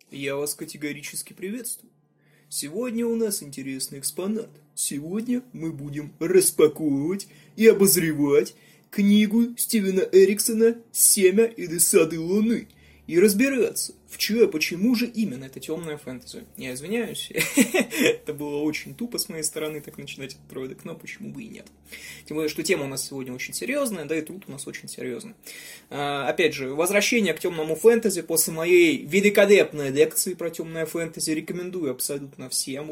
Я вас категорически приветствую. Сегодня у нас интересный экспонат. Сегодня мы будем распаковывать и обозревать книгу Стивена Эриксона «Семя или сады Луны» и разбираться, почему же именно это темная фэнтези. Я извиняюсь, это было очень тупо с моей стороны так начинать этот ролик, но почему бы и нет. Тем более, что тема у нас сегодня очень серьезная, да и труд у нас очень серьезный. Опять же, возвращение к темному фэнтези после моей великолепной лекции про темное фэнтези рекомендую абсолютно всем.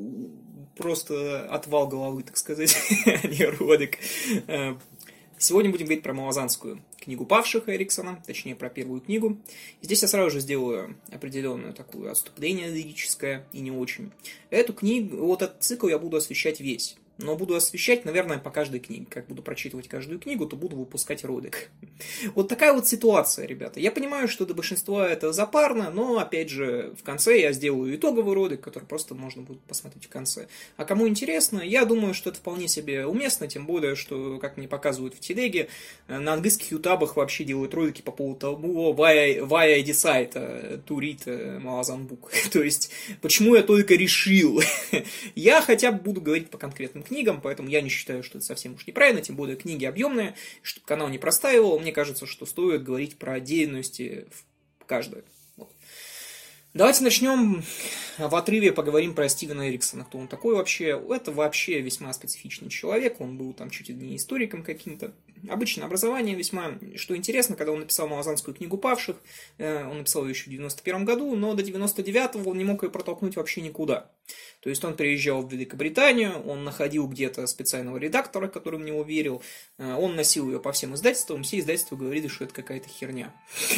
Просто отвал головы, так сказать, а не ролик. Сегодня будем говорить про малазанскую книгу павших Эриксона, точнее про первую книгу. Здесь я сразу же сделаю определенное такое отступление лирическое и не очень. Эту книгу, вот этот цикл я буду освещать весь. Но буду освещать, наверное, по каждой книге. Как буду прочитывать каждую книгу, то буду выпускать ролик. Вот такая вот ситуация, ребята. Я понимаю, что для большинства это запарно, но, опять же, в конце я сделаю итоговый ролик, который просто можно будет посмотреть в конце. А кому интересно, я думаю, что это вполне себе уместно, тем более, что, как мне показывают в телеге, на английских ютубах вообще делают ролики по поводу того, why I decide to read Malazan book. То есть, почему я только решил. Я хотя бы буду говорить по конкретным книгам, поэтому я не считаю, что это совсем уж неправильно, тем более книги объемные, чтобы канал не простаивал, мне кажется, что стоит говорить про отдельности в каждой. Вот. Давайте начнем в отрыве, поговорим про Стивена Эриксона, кто он такой вообще. Это вообще весьма специфичный человек, он был там чуть ли не историком каким-то. Обычное образование весьма, что интересно, когда он написал Малазанскую книгу павших, он написал ее еще в 91 году, но до 99-го он не мог ее протолкнуть вообще никуда. То есть он приезжал в Великобританию, он находил где-то специального редактора, который в него верил, он носил ее по всем издательствам, все издательства говорили, что это какая-то херня.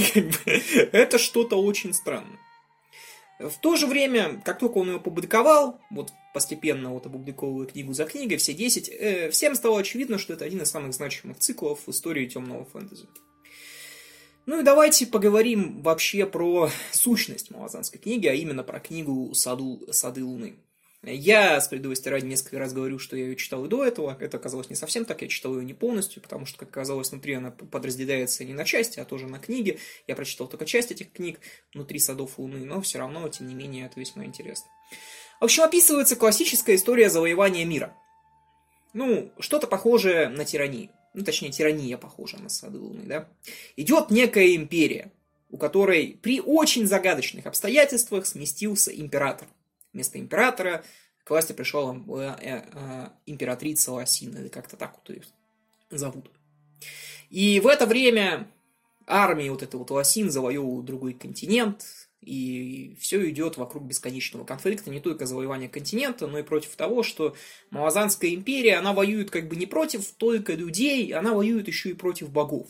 Это что-то очень странное. В то же время, как только он ее опубликовал, вот постепенно вот опубликовывая книгу за книгой, все 10, всем стало очевидно, что это один из самых значимых циклов в истории темного фэнтези. Ну и давайте поговорим вообще про сущность малазанской книги, а именно про книгу «Сады Луны». Я, справедливости ради, несколько раз говорю, что я ее читал и до этого. Это оказалось не совсем так, я читал ее не полностью, потому что, как оказалось, внутри она подразделяется не на части, а тоже на книги. Я прочитал только часть этих книг внутри «Садов Луны», но все равно, тем не менее, это весьма интересно. В общем, описывается классическая история завоевания мира. Ну, что-то похожее на тиранию. Ну, точнее, тирания похожа на «Сады Луны», да? Идет некая империя, у которой при очень загадочных обстоятельствах сместился император. Вместо императора к власти пришла императрица Лосина, или как-то так вот ее зовут. И в это время армия вот этой вот Лосин завоевывает другой континент, и все идет вокруг бесконечного конфликта, не только завоевания континента, но и против того, что Малазанская империя, она воюет как бы не против только людей, она воюет еще и против богов.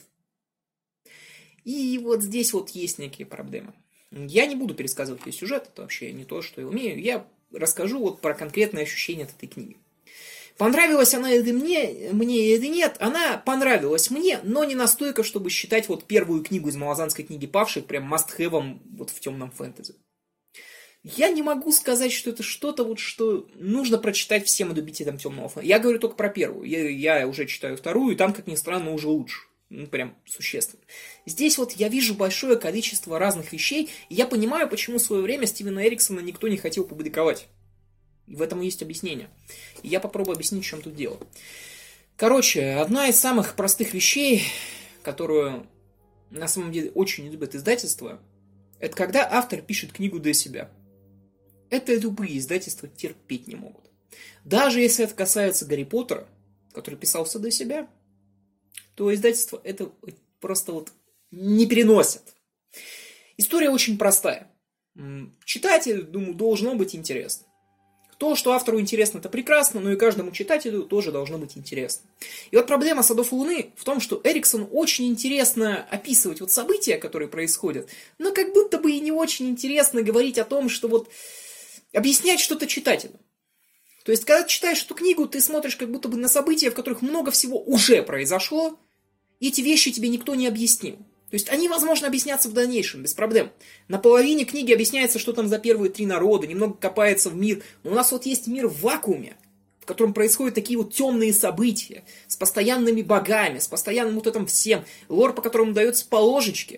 И вот здесь вот есть некие проблемы. Я не буду пересказывать весь сюжет, это вообще не то, что я умею. Я расскажу вот про конкретные ощущения от этой книги. Понравилась она или мне или нет, она понравилась мне, но не настолько, чтобы считать вот первую книгу из Малазанской книги павших прям must-have'ом вот в темном фэнтези. Я не могу сказать, что это что-то вот, что нужно прочитать всем любителям темного фэнтези. Я говорю только про первую, я уже читаю вторую, и там, как ни странно, уже лучше. Ну, прям существенно. Здесь вот я вижу большое количество разных вещей, и я понимаю, почему в свое время Стивена Эриксона никто не хотел публиковать. И в этом есть объяснение. И я попробую объяснить, в чем тут дело. Короче, одна из самых простых вещей, которую на самом деле очень любят издательства, это когда автор пишет книгу для себя. Это любые издательства терпеть не могут. Даже если это касается Гарри Поттера, который писался для себя, то издательство это просто вот не переносят. История очень простая. Читателю, думаю, должно быть интересно. То, что автору интересно, это прекрасно, но и каждому читателю тоже должно быть интересно. И вот проблема «Садов Луны» в том, что Эриксону очень интересно описывать вот события, которые происходят, но как будто бы и не очень интересно говорить о том, что вот объяснять что-то читателю. То есть, когда ты читаешь эту книгу, ты смотришь как будто бы на события, в которых много всего уже произошло, и эти вещи тебе никто не объяснил. То есть, они, возможно, объяснятся в дальнейшем, без проблем. На половине книги объясняется, что там за первые 3 народа, немного копается в мир. Но у нас вот есть мир в вакууме, в котором происходят такие вот темные события, с постоянными богами, с постоянным вот этим всем, лор, по которому дается по ложечке.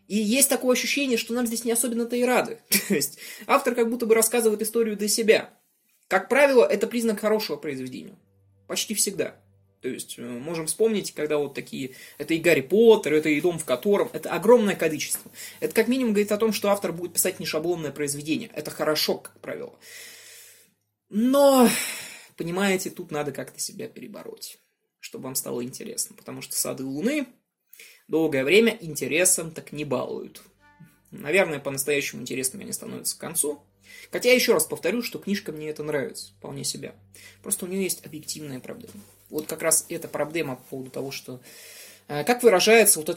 И есть такое ощущение, что нам здесь не особенно-то и рады. То есть автор как будто бы рассказывает историю для себя. Как правило, это признак хорошего произведения. Почти всегда. То есть можем вспомнить, когда вот такие... Это и Гарри Поттер, это и Дом в котором... Это огромное количество. Это как минимум говорит о том, что автор будет писать не шаблонное произведение. Это хорошо, как правило. Но, понимаете, тут надо как-то себя перебороть, чтобы вам стало интересно. Потому что «Сады Луны» долгое время интересом так не балуют. Наверное, по-настоящему интересными они становятся к концу. Хотя я еще раз повторю, что книжка мне это нравится, вполне себя. Просто у нее есть объективная проблема. Вот как раз эта проблема по поводу того, что... Как выражается вот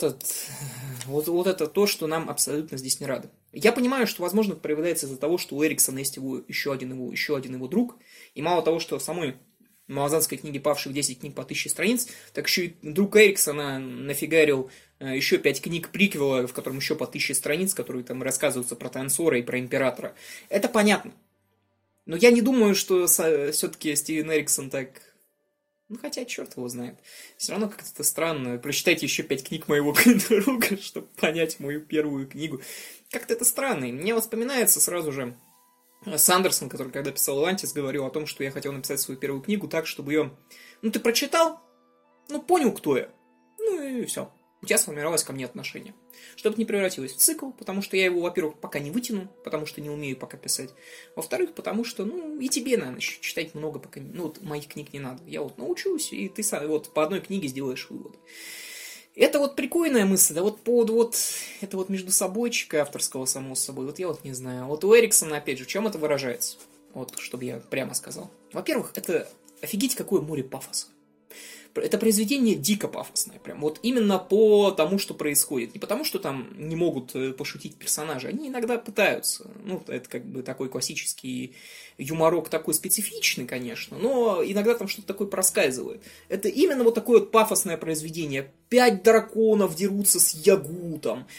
это то, что нам абсолютно здесь не рады. Я понимаю, что, возможно, это проявляется из-за того, что у Эриксона есть еще один его друг. И мало того, что в самой малазанской книге «Павших 10 книг по 1000 страниц», так еще и друг Эриксона нафигарил еще 5 книг приквела, в котором еще по 1000 страниц, которые там рассказываются про танцора и про императора. Это понятно. Но я не думаю, что все-таки Стивен Эриксон так... Ну, хотя, черт его знает. Все равно как-то странно. Прочитайте еще 5 книг моего друга, чтобы понять мою первую книгу. Как-то это странно. И мне вспоминается сразу же Сандерсон, который, когда писал «Атлантис», говорил о том, что я хотел написать свою первую книгу так, чтобы ее... Ну, ты прочитал, ну, понял, кто я. Ну, и все. У тебя сформировалось ко мне отношение. Чтобы это не превратилось в цикл, потому что я его, во-первых, пока не вытяну, потому что не умею пока писать. Во-вторых, потому что, ну, и тебе, наверное, читать много пока... Ну, вот моих книг не надо. Я вот научусь, и ты сам вот по одной книге сделаешь выводы. Это вот прикольная мысль, да, вот по поводу вот это вот между собойчика авторского, само собой, вот я вот не знаю. Вот у Эриксона, опять же, в чем это выражается? Вот, чтобы я прямо сказал. Во-первых, это офигеть какое море пафоса. Это произведение дико пафосное, прям вот именно по тому, что происходит. Не потому, что там не могут пошутить персонажи, они иногда пытаются. Ну, это как бы такой классический юморок, такой специфичный, конечно, но иногда там что-то такое проскальзывает. Это именно вот такое вот пафосное произведение. 5 драконов дерутся с Ягутом,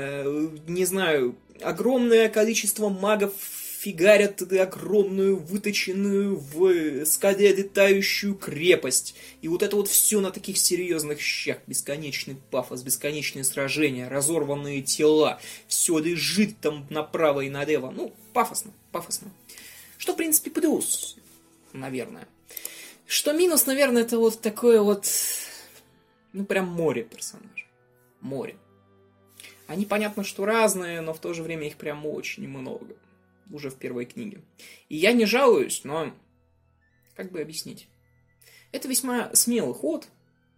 не знаю, огромное количество магов фигарят огромную, выточенную в скале летающую крепость. И вот это вот все на таких серьезных щах. Бесконечный пафос, бесконечные сражения, разорванные тела. Все лежит там направо и налево. Ну, пафосно, пафосно. Что, в принципе, плюс, наверное. Что минус, наверное, это вот такое вот... Ну, прям море персонажей. Море. Они, понятно, что разные, но в то же время их прям очень много. Уже в первой книге. И я не жалуюсь, но... Как бы объяснить? Это весьма смелый ход,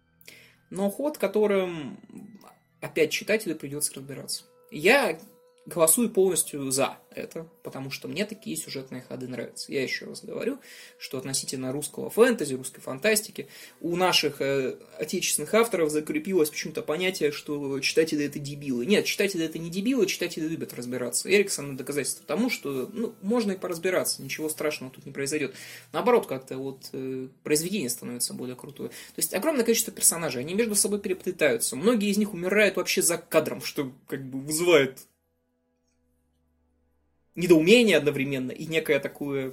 но ход, которым опять читателю придется разбираться. Я голосую полностью за это, потому что мне такие сюжетные ходы нравятся. Я еще раз говорю, что относительно русского фэнтези, русской фантастики, у наших отечественных авторов закрепилось почему-то понятие, что читатели это дебилы. Нет, читатели это не дебилы, читатели любят разбираться. Эриксон доказательство тому, что можно и поразбираться, ничего страшного тут не произойдет. Наоборот, как-то вот произведение становится более крутое. То есть огромное количество персонажей, они между собой переплетаются. Многие из них умирают вообще за кадром, что как бы вызывает недоумение одновременно и некое такое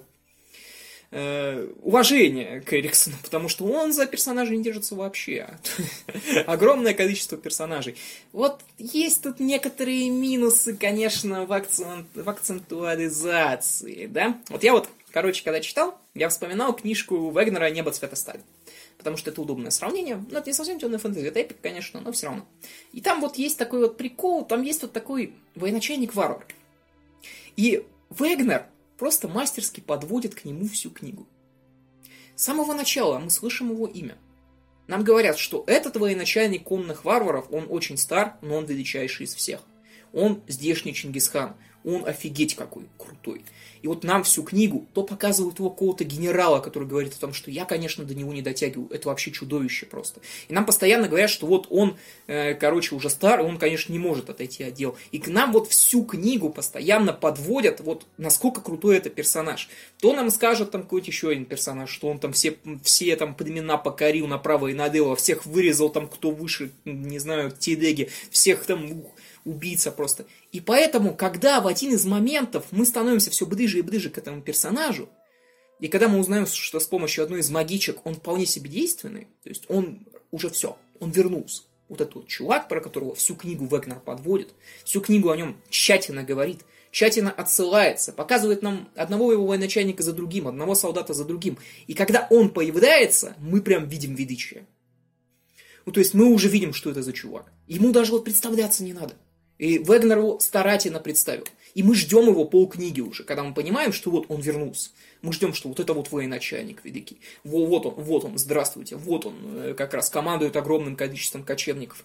уважение к Эриксону, потому что он за персонажей не держится вообще. Огромное количество персонажей. Вот есть тут некоторые минусы, конечно, в акцентуализации, да? Вот я вот, короче, когда читал, я вспоминал книжку Вегнера «Небо цвета стали». Потому что это удобное сравнение. Ну, это не совсем темная фэнтези, это эпик, конечно, но все равно. И там вот есть такой вот прикол, там есть вот такой военачальник-варвар. И Вегнер просто мастерски подводит к нему всю книгу. С самого начала мы слышим его имя. Нам говорят, что этот военачальник конных варваров, он очень стар, но он величайший из всех. Он здешний Чингисхан. Он офигеть какой крутой. И вот нам всю книгу то показывают его какого-то генерала, который говорит о том, что я, конечно, до него не дотягиваю. Это вообще чудовище просто. И нам постоянно говорят, что вот он, короче, уже стар, и он, конечно, не может отойти от дел. И к нам вот всю книгу постоянно подводят, вот насколько крутой это персонаж. То нам скажет там какой-то еще один персонаж, что он там все там племена покорил направо и налево, всех вырезал там, кто выше, не знаю, телеги, всех там... убийца просто. И поэтому, когда в один из моментов мы становимся все ближе и ближе к этому персонажу, и когда мы узнаем, что с помощью одной из магичек он вполне себе действенный, то есть он уже все, он вернулся. Вот этот вот чувак, про которого всю книгу Вегнер подводит, всю книгу о нем тщательно говорит, тщательно отсылается, показывает нам одного его военачальника за другим, одного солдата за другим. И когда он появляется, мы прям видим величие. Ну, то есть мы уже видим, что это за чувак. Ему даже вот представляться не надо. И Вегнер его старательно представил. И мы ждем его полкниги уже, когда мы понимаем, что вот он вернулся. Мы ждем, что вот это вот военачальник великий. Вот он, здравствуйте. Вот он как раз командует огромным количеством кочевников.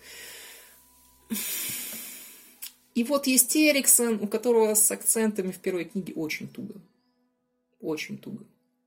И вот есть Эриксон, у которого с акцентами в первой книге очень туго. Очень туго.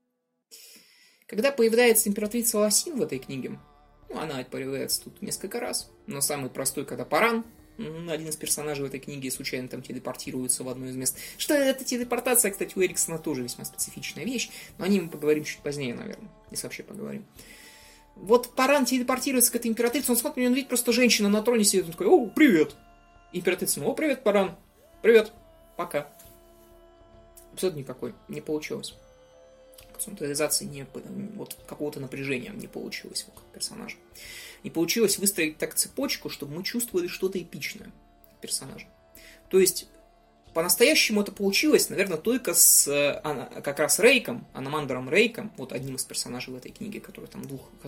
Когда появляется императрица Лосин в этой книге, ну, она появляется тут несколько раз, но самый простой, когда Паран, один из персонажей в этой книге, случайно там телепортируется в одно из мест. Что эта телепортация, кстати, у Эриксона тоже весьма специфичная вещь, но о ней мы поговорим чуть позднее, наверное, если вообще поговорим. Вот Паран телепортируется к этой императрице, он смотрит, он видит просто женщина на троне сидит, он такой: «О, привет!» Императрица: «О, привет, Паран! Привет! Пока!» Абсолютно никакой, не получилось. Концентрализации не, вот какого-то напряжения не получилось вокруг персонажа. Не получилось выстроить так цепочку, чтобы мы чувствовали что-то эпичное персонажа. То есть, по-настоящему это получилось, наверное, только с как раз Рейком, Аномандером Рейком, вот одним из персонажей в этой книге, который там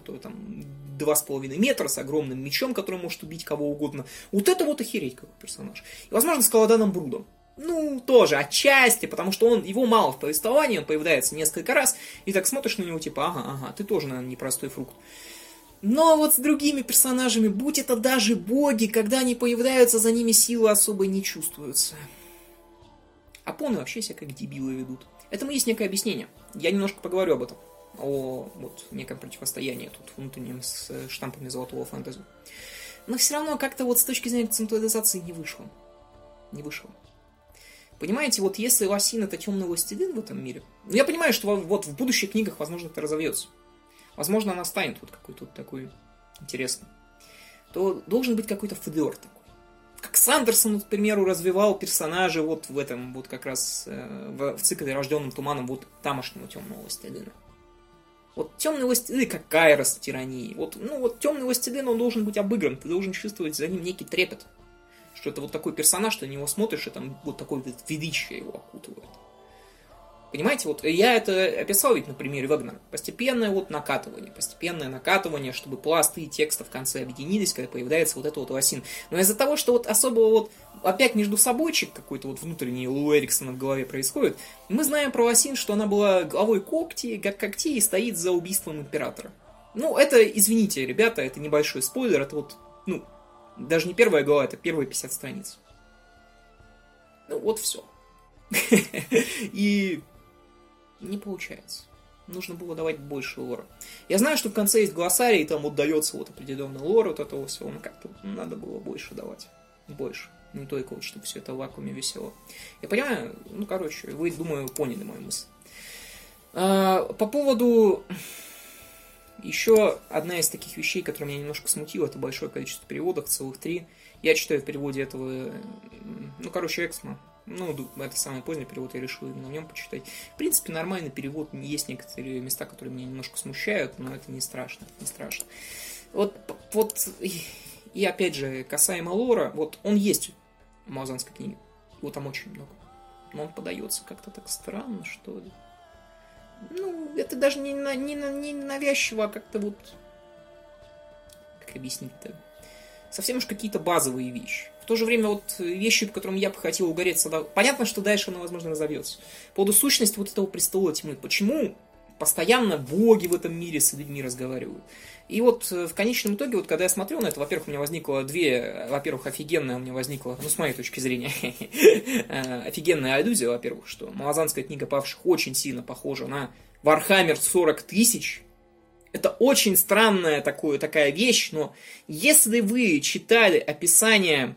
2,5 метра, с огромным мечом, который может убить кого угодно. Вот это вот охереть какой персонаж. И, возможно, с Каладаном Брудом. Ну, тоже, отчасти, потому что его мало в повествовании, он появляется несколько раз, и так смотришь на него, типа, ага, ты тоже, наверное, непростой фрукт. Но вот с другими персонажами, будь это даже боги, когда они появляются, за ними силы особо не чувствуются. Апоны вообще себя как дебилы ведут. Этому есть некое объяснение. Я немножко поговорю об этом. О вот неком противостоянии тут внутреннем с штампами золотого фэнтези. Но все равно как-то вот с точки зрения централизации не вышло. Не вышло. Понимаете, вот если Лосин это темный властелин в этом мире, я понимаю, что вот в будущих книгах, возможно, это разовьется. Возможно, она станет вот какой-то такой интересный. То должен быть какой-то Федор такой. Как Сандерсон, к примеру, развивал персонажа вот в этом, вот как раз в цикле «Рожденным туманом» вот тамошнего темного властелина. Вот темный властелин, как Кайрос в «Тирании». Вот темный властелин, он должен быть обыгран, ты должен чувствовать за ним некий трепет. Что это вот такой персонаж, что на него смотришь, и там вот такое вот величие его окутывает. Понимаете, вот я это описал ведь на примере Вегнера. Постепенное накатывание, чтобы пласты текста в конце объединились, когда появляется вот это вот Лосин. Но из-за того, что вот особого вот опять между собойчик какой-то вот внутренний у Эриксона в голове происходит, мы знаем про Лосин, что она была главой когтей и стоит за убийством императора. Ну, это, извините, ребята, это небольшой спойлер, это вот, даже не первая глава, это первые 50 страниц. Ну, вот все. И не получается. Нужно было давать больше лора. Я знаю, что в конце есть глоссарий, и там вот дается вот определенный лор вот этого всего, но как-то надо было больше давать. Больше. Не только вот, чтобы все это в вакууме висело. Я понимаю, вы, думаю, поняли мою мысль. По поводу... Еще одна из таких вещей, которая меня немножко смутила, это большое количество переводов, целых 3. Я читаю в переводе этого, Эксмо. Это самый поздний перевод, я решил именно в нем почитать. В принципе, нормальный перевод, есть некоторые места, которые меня немножко смущают, но это не страшно, Вот, и опять же, касаемо лора, вот он есть в Малазанской книге, его там очень много, но он подается как-то так странно, что ли. Это даже не навязчиво, а как-то вот... Как объяснить-то? Совсем уж какие-то базовые вещи. В то же время вот вещи, по которым я бы хотел угореться... Понятно, что дальше оно, возможно, разовьется. По поводу сущности вот этого престола тьмы. Почему постоянно боги в этом мире с людьми разговаривают? И вот в конечном итоге, вот когда я смотрел на это, во-первых, у меня возникло офигенная у меня возникла, с моей точки зрения, офигенная аллюзия, во-первых, что Малазанская книга павших очень сильно похожа на Warhammer 40 тысяч. Это очень странная такая вещь, но если вы читали описание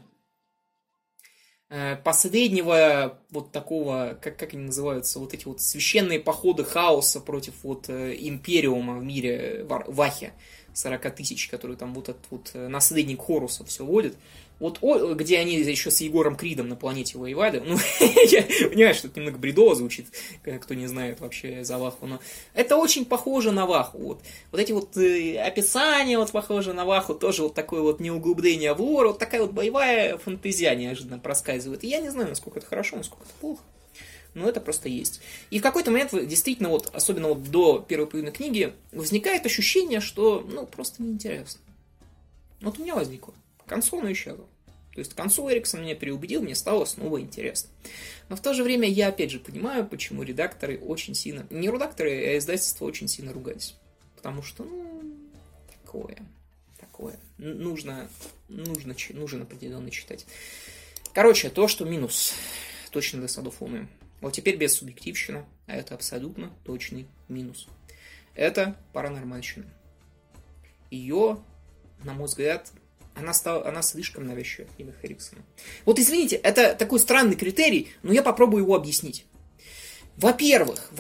последнего вот такого, как они называются, вот эти вот священные походы хаоса против вот империума в мире Вахе, 40 тысяч, который там вот этот вот наследник Хоруса все водит, Вот где они еще с Егором Кридом на планете воевали, ну, я понимаю, что это немного бредово звучит, кто не знает вообще за Ваху, но это очень похоже на Ваху. Вот эти вот описания вот похожи на Ваху, тоже вот такое вот неуглубление в лор, вот такая вот боевая фантазия неожиданно проскальзывает. И я не знаю, насколько это хорошо, насколько это плохо. Но это просто есть. И в какой-то момент, действительно, вот, особенно вот до первой половины книги, возникает ощущение, что, ну, просто неинтересно. Вот у меня возникло. К концу оно исчезло. То есть к концу Эриксон меня переубедил, мне стало снова интересно. Но в то же время я опять же понимаю, почему редакторы очень сильно... Не редакторы, а издательства очень сильно ругались. Потому что, ну, такое. Нужно определенно читать. Короче, то, что минус. Точно до садов Луны. Вот теперь без субъективщины, а это абсолютно точный минус. Это паранормальщина. Ее, на мой взгляд, она слишком навязчивая в книгах Эриксона. Вот извините, это такой странный критерий, но я попробую его объяснить. Во-первых,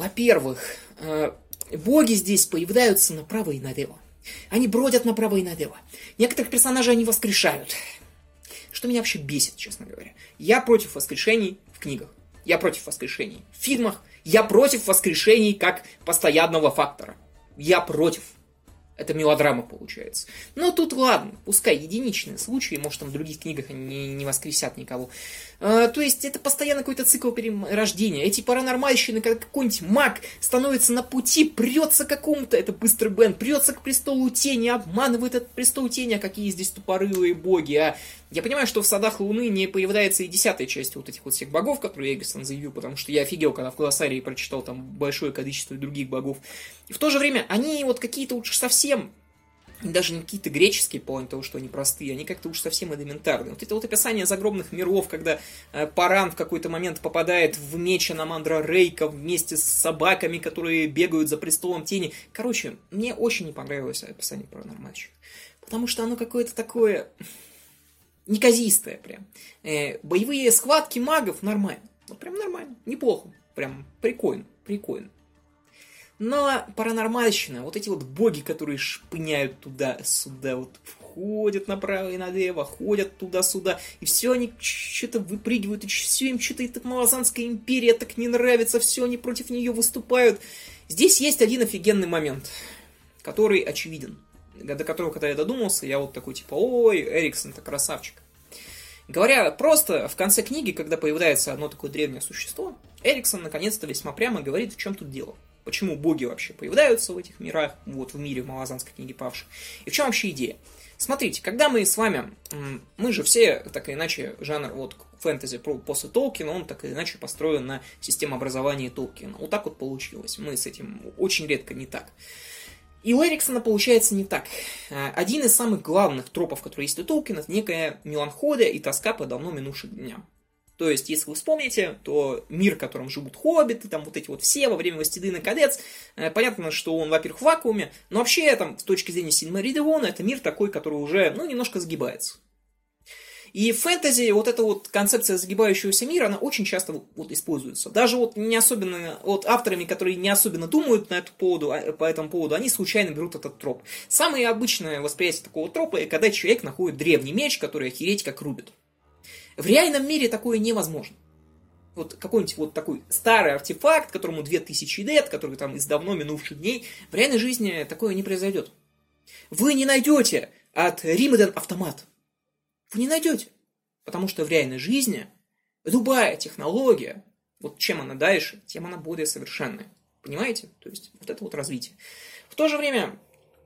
боги здесь появляются направо и налево. Они бродят направо и налево. Некоторых персонажей они воскрешают. Что меня вообще бесит, честно говоря. Я против воскрешений в книгах. Я против воскрешений в фильмах. Я против воскрешений как постоянного фактора. Я против. Это мелодрама получается. Но тут ладно, пускай единичные случаи, может там в других книгах они не воскресят никого. То есть это постоянно какой-то цикл перерождения. Эти паранормальщины, как какой-нибудь маг становится на пути, прется к какому-то, это быстрый Бен, прется к престолу тени, обманывает этот престол тени, а какие здесь тупорылые боги. А я понимаю, что в садах Луны не появляется и 10-я часть вот этих вот всех богов, которые Эриксон заявил, потому что я офигел, когда в глоссарии прочитал там большое количество других богов. И в то же время они вот какие-то уж совсем, даже не какие-то греческие, по плане того, что они простые, они как-то уж совсем элементарные. Вот это вот описание загробных миров, когда Паран в какой-то момент попадает в меч Анамандра Рейка вместе с собаками, которые бегают за престолом тени. Короче, мне очень не понравилось описание паранормальщика. Потому что оно какое-то такое неказистое прям. Боевые схватки магов нормально. Вот прям нормально, неплохо. Прям прикольно. Но паранормальщина, вот эти вот боги, которые шпыняют туда-сюда, вот ходят направо и налево, ходят туда-сюда, и все они что-то выпрыгивают, и все им что-то эта Малазанская империя так не нравится, все они против нее выступают. Здесь есть один офигенный момент, который очевиден, до которого, когда я додумался, я вот такой типа, ой, Эриксон-то красавчик. Говоря просто, в конце книги, когда появляется одно такое древнее существо, Эриксон наконец-то весьма прямо говорит, в чем тут дело. Почему боги вообще появляются в этих мирах, вот в мире Малазанской книги павших. И в чем вообще идея? Смотрите, когда мы с вами, мы же все, так или иначе, жанр вот фэнтези после Толкина, он так или иначе построен на системообразовании Толкина. Вот так вот получилось. Мы с этим очень редко не так. И у Эриксона получается не так. Один из самых главных тропов, которые есть у Толкина, это некая меланхолия и тоска по давно минувшим дням. То есть, если вы вспомните, то мир, в котором живут хоббиты, там вот эти вот все во время «Властелина колец», понятно, что он, во-первых, в вакууме, но вообще, там, с точки зрения Сильмариллиона, это мир такой, который уже, ну, немножко сгибается. И в фэнтези вот эта вот концепция загибающегося мира, она очень часто вот используется. Даже вот не особенно, вот авторами, которые не особенно думают по этому поводу, они случайно берут этот троп. Самое обычное восприятие такого тропа, когда человек находит древний меч, который охереть как рубит. В реальном мире такое невозможно. Вот какой-нибудь вот такой старый артефакт, которому 2000 лет, который там из давно минувших дней, в реальной жизни такое не произойдет. Вы не найдете от Римеден автомат. Вы не найдете. Потому что в реальной жизни любая технология, вот чем она дальше, тем она более совершенная. Понимаете? То есть вот это вот развитие. В то же время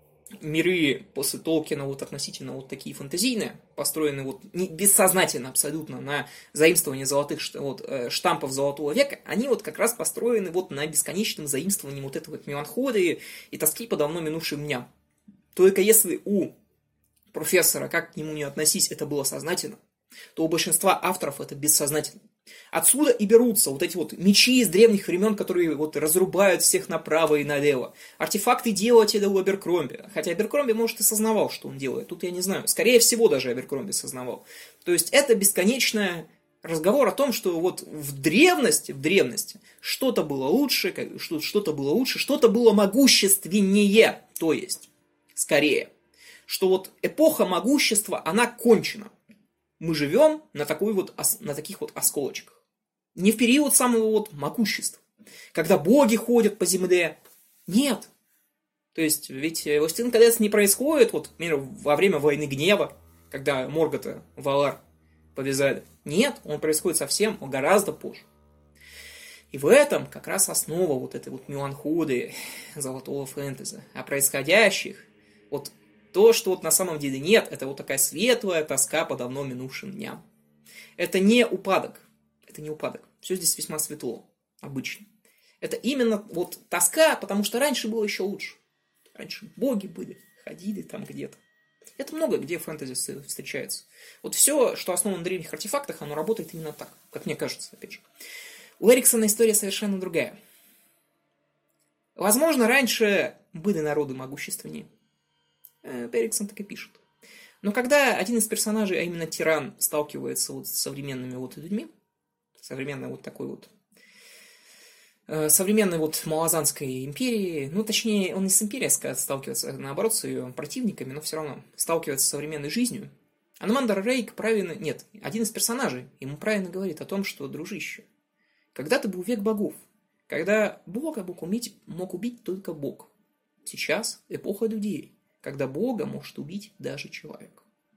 миры после Толкина вот относительно вот такие фэнтезийные, построены вот бессознательно абсолютно на заимствовании золотых штампов Золотого века, они вот как раз построены вот на бесконечном заимствовании вот этой вот меланхолии и тоски по давно минувшим дням. Только если у профессора, как к нему не относись, это было сознательно, то у большинства авторов это бессознательно. Отсюда и берутся вот эти вот мечи из древних времен, которые вот разрубают всех направо и налево. Артефакты делателя у Аберкромби. Хотя Аберкромби, может, и сознавал, что он делает. Тут я не знаю. Скорее всего, даже Аберкромби сознавал. То есть это бесконечный разговор о том, что вот в древности что-то было лучше, что-то было могущественнее. То есть, скорее, что вот эпоха могущества, она кончена. мы живем на таких вот осколочках. Не в период самого вот могущества, когда боги ходят по земле. Нет. То есть, ведь «Властелин колец» не происходит, вот, например, во время войны гнева, когда Моргота Валар повязали. Нет, он происходит совсем гораздо позже. И в этом как раз основа вот этой вот меланхолии золотого фэнтези. О происходящих, вот то, что вот на самом деле нет, это вот такая светлая тоска по давно минувшим дням. Это не упадок. Это не упадок. Все здесь весьма светло, обычно. Это именно вот тоска, потому что раньше было еще лучше. Раньше боги были, ходили там где-то. Это много где в фэнтези встречается. Вот все, что основано на древних артефактах, оно работает именно так, как мне кажется, опять же. У Эриксона история совершенно другая. Возможно, раньше были народы могущественнее. Эриксон так и пишет. Но когда один из персонажей, а именно тиран, сталкивается вот с современными вот людьми, современной вот такой вот современной вот Малазанской империи, ну, точнее, он не с империей сталкивается, а наоборот, с ее противниками, но все равно сталкивается с современной жизнью. Анмандр Рейк правильно... Нет, один из персонажей ему правильно говорит о том, что, дружище, когда-то был век богов, когда Бога мог убить только Бог. Сейчас эпоха людей, когда Бога может убить даже человек.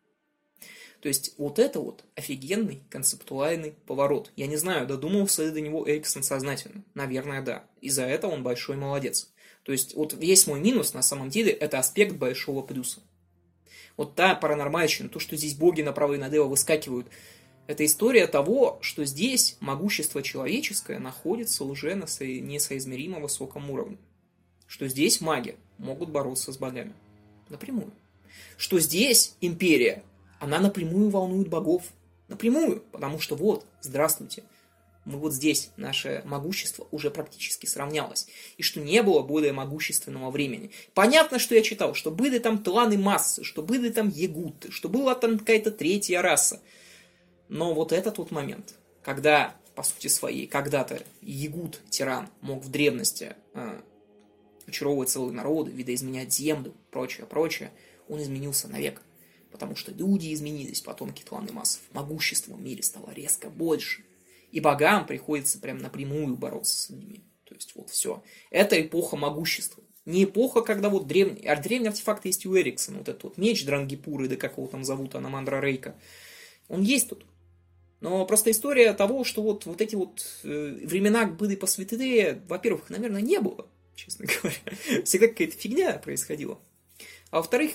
То есть, вот это вот офигенный концептуальный поворот. Я не знаю, додумался ли до него Эриксон сознательно. Наверное, да. И за это он большой молодец. То есть, вот весь мой минус, на самом деле, это аспект большого плюса. Вот та паранормальщина, то, что здесь боги направо и налево выскакивают, это история того, что здесь могущество человеческое находится уже на несоизмеримо высоком уровне. Что здесь маги могут бороться с богами. Напрямую. Что здесь империя, она напрямую волнует богов. Напрямую. Потому что вот, здравствуйте, мы вот здесь, наше могущество уже практически сравнялось. И что не было более могущественного времени. Понятно, что я читал, что были там тланы массы, что были там ягуты, что была там какая-то третья раса. Но вот этот вот момент, когда, по сути своей, когда-то ягут, тиран, мог в древности очаровывать целые народы, видоизменять землю, прочее, он изменился навек. Потому что люди изменились, потомки тланы массов. Могущество в мире стало резко больше. И богам приходится прям напрямую бороться с людьми. То есть вот все. Это эпоха могущества. Не эпоха, когда вот древние артефакты есть у Эриксона. Вот этот вот меч Дрангипуры, да как его там зовут, Анамандра Рейка. Он есть тут. Но просто история того, что вот эти вот времена были посвятые, во-первых, наверное, не было, честно говоря. Всегда какая-то фигня происходила. А во-вторых,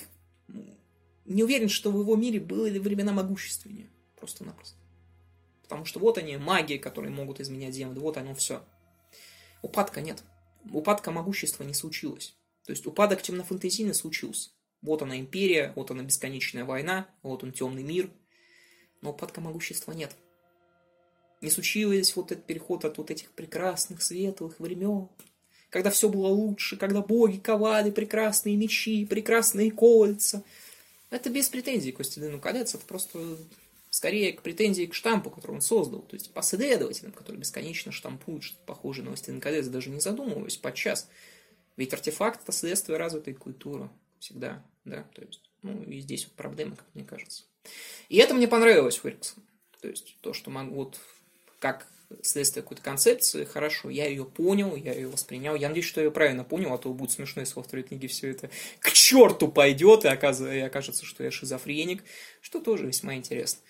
не уверен, что в его мире были времена могущественнее. Просто-напросто. Потому что вот они, маги, которые могут изменять землю. Вот оно все. Упадка нет. Упадка могущества не случилось. То есть упадок темнофэнтезийный случился. Вот она империя, вот она бесконечная война, вот он темный мир. Но упадка могущества нет. Не случилось вот этот переход от вот этих прекрасных светлых времен. Когда все было лучше, когда боги ковали прекрасные мечи, прекрасные кольца. Это без претензий к «Властелину колец», это просто скорее к претензии к штампу, который он создал, то есть последователям, которые бесконечно штампуют что-то похожее на «Властелин колец», даже не задумываясь подчас. Ведь артефакт – это следствие развитой культуры. Всегда, да, то есть, ну, и здесь вот проблема, как мне кажется. И это мне понравилось в Эриксоне. То есть, то, что могу, вот, как следствие какой-то концепции, хорошо, я ее понял, я ее воспринял. Я надеюсь, что я ее правильно понял, а то будет смешно, если во второй книге все это к черту пойдет, и окажется, что я шизофреник, что тоже весьма интересно.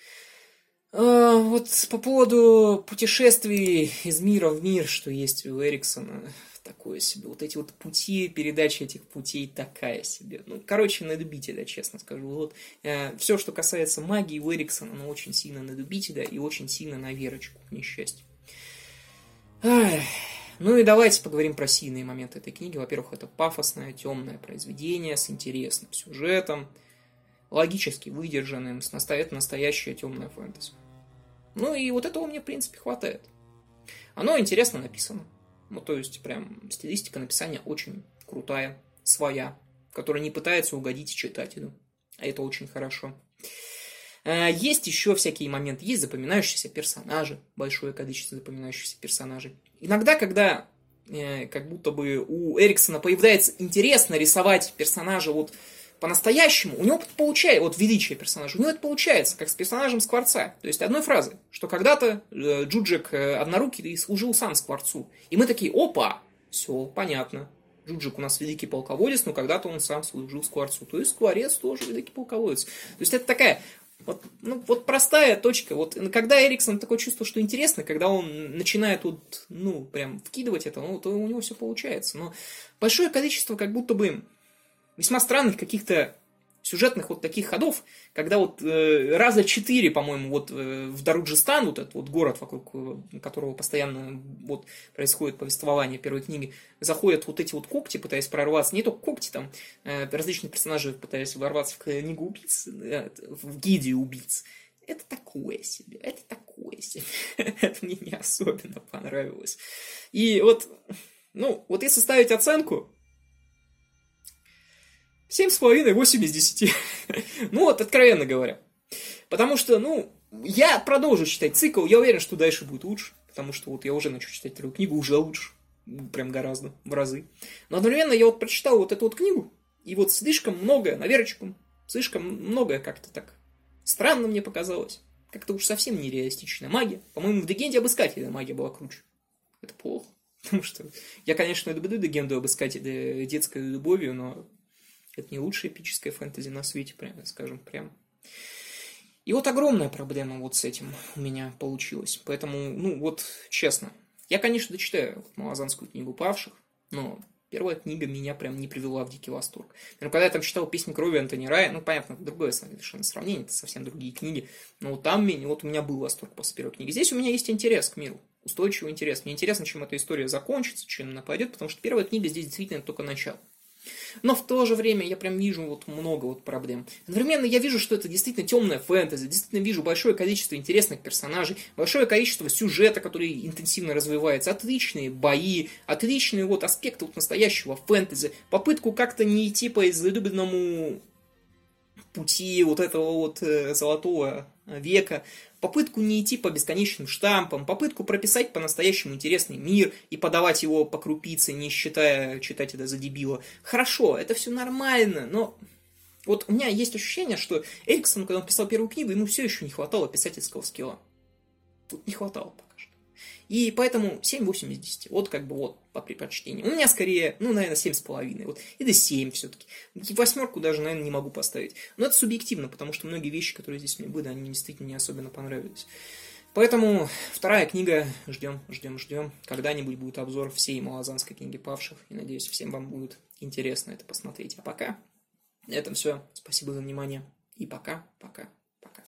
Вот по поводу путешествий из мира в мир, что есть у Эриксона, такое себе. Вот эти вот пути, передача этих путей такая себе. Ну, короче, на любителя, честно скажу. Вот, все, что касается магии у Эриксона, оно очень сильно на любителя и очень сильно на верочку, к несчастью. Ну и давайте поговорим про сильные моменты этой книги. Во-первых, это пафосное, темное произведение с интересным сюжетом, логически выдержанным, это настоящее темное фэнтези. Ну и вот этого мне, в принципе, хватает. Оно интересно написано. Ну, то есть, прям стилистика написания очень крутая, своя, которая не пытается угодить читателю. А это очень хорошо. Есть еще всякие моменты. Есть запоминающиеся персонажи. Большое количество запоминающихся персонажей. Иногда, когда как будто бы у Эриксона появляется интерес нарисовать персонажа вот по-настоящему, у него получается, вот величие персонажа, у него это получается, как с персонажем Скворца. То есть одной фразой, что когда-то Джуджик Однорукий служил сам Скворцу. И мы такие, опа, все, понятно. Джуджик у нас великий полководец, но когда-то он сам служил Скворцу. То есть Скворец тоже великий полководец. То есть это такая вот простая точка. Вот когда Эриксон такое чувство, что интересно, когда он начинает прям вкидывать это, то у него все получается. Но большое количество как будто бы весьма странных каких-то сюжетных вот таких ходов, когда раза 4, по-моему, в Даруджистан, вот этот вот город, вокруг которого постоянно происходит повествование первой книги, заходят вот эти вот когти, пытаясь прорваться, не только когти, там различные персонажи пытаясь ворваться в книгу убийц, в гильдию убийц. Это такое себе. Это мне не особенно понравилось. И если ставить оценку, 7,5, 8 из 10. Откровенно говоря. Потому что, я продолжу читать цикл, я уверен, что дальше будет лучше. Потому что я уже начал читать вторую книгу, уже лучше. Прям гораздо, в разы. Но одновременно я прочитал эту книгу, и слишком многое, на верочку, слишком многое как-то так странно мне показалось. Как-то уж совсем нереалистичная магия. По-моему, в Легенде об Искателе магия была круче. Это плохо. Потому что я, конечно, люблю Легенду об Искателе детской любовью, но это не лучшая эпическая фэнтези на свете, скажем прямо. И огромная проблема с этим у меня получилась. Поэтому, честно, я, конечно, дочитаю Малазанскую книгу павших, но первая книга меня прям не привела в дикий восторг. Но когда я там читал «Песнь крови» Антони Рая, понятно, это другое совершенно сравнение, это совсем другие книги, но там у меня был восторг после первой книги. Здесь у меня есть интерес к миру, устойчивый интерес. Мне интересно, чем эта история закончится, чем она пойдет, потому что первая книга здесь действительно только начало. Но в то же время я прям вижу много проблем. Одновременно я вижу, что это действительно темная фэнтези, действительно вижу большое количество интересных персонажей, большое количество сюжета, который интенсивно развивается, отличные бои, отличные аспекты настоящего фэнтези, попытку как-то не идти по излюбленному пути этого золотого века, попытку не идти по бесконечным штампам, попытку прописать по-настоящему интересный мир и подавать его по крупице, не считая читать это за дебила. Хорошо, это все нормально, но у меня есть ощущение, что Эриксон, когда он писал первую книгу, ему все еще не хватало писательского скилла. Не хватало пока что. И поэтому 7-8 из 10. По предпочтению. У меня скорее, наверное, 7,5. Или 7 все-таки. 8 даже, наверное, не могу поставить. Но это субъективно, потому что многие вещи, которые здесь мне были, они мне действительно не особенно понравились. Поэтому вторая книга. Ждем. Когда-нибудь будет обзор всей Малазанской книги павших. И надеюсь, всем вам будет интересно это посмотреть. А пока на этом все. Спасибо за внимание. И пока.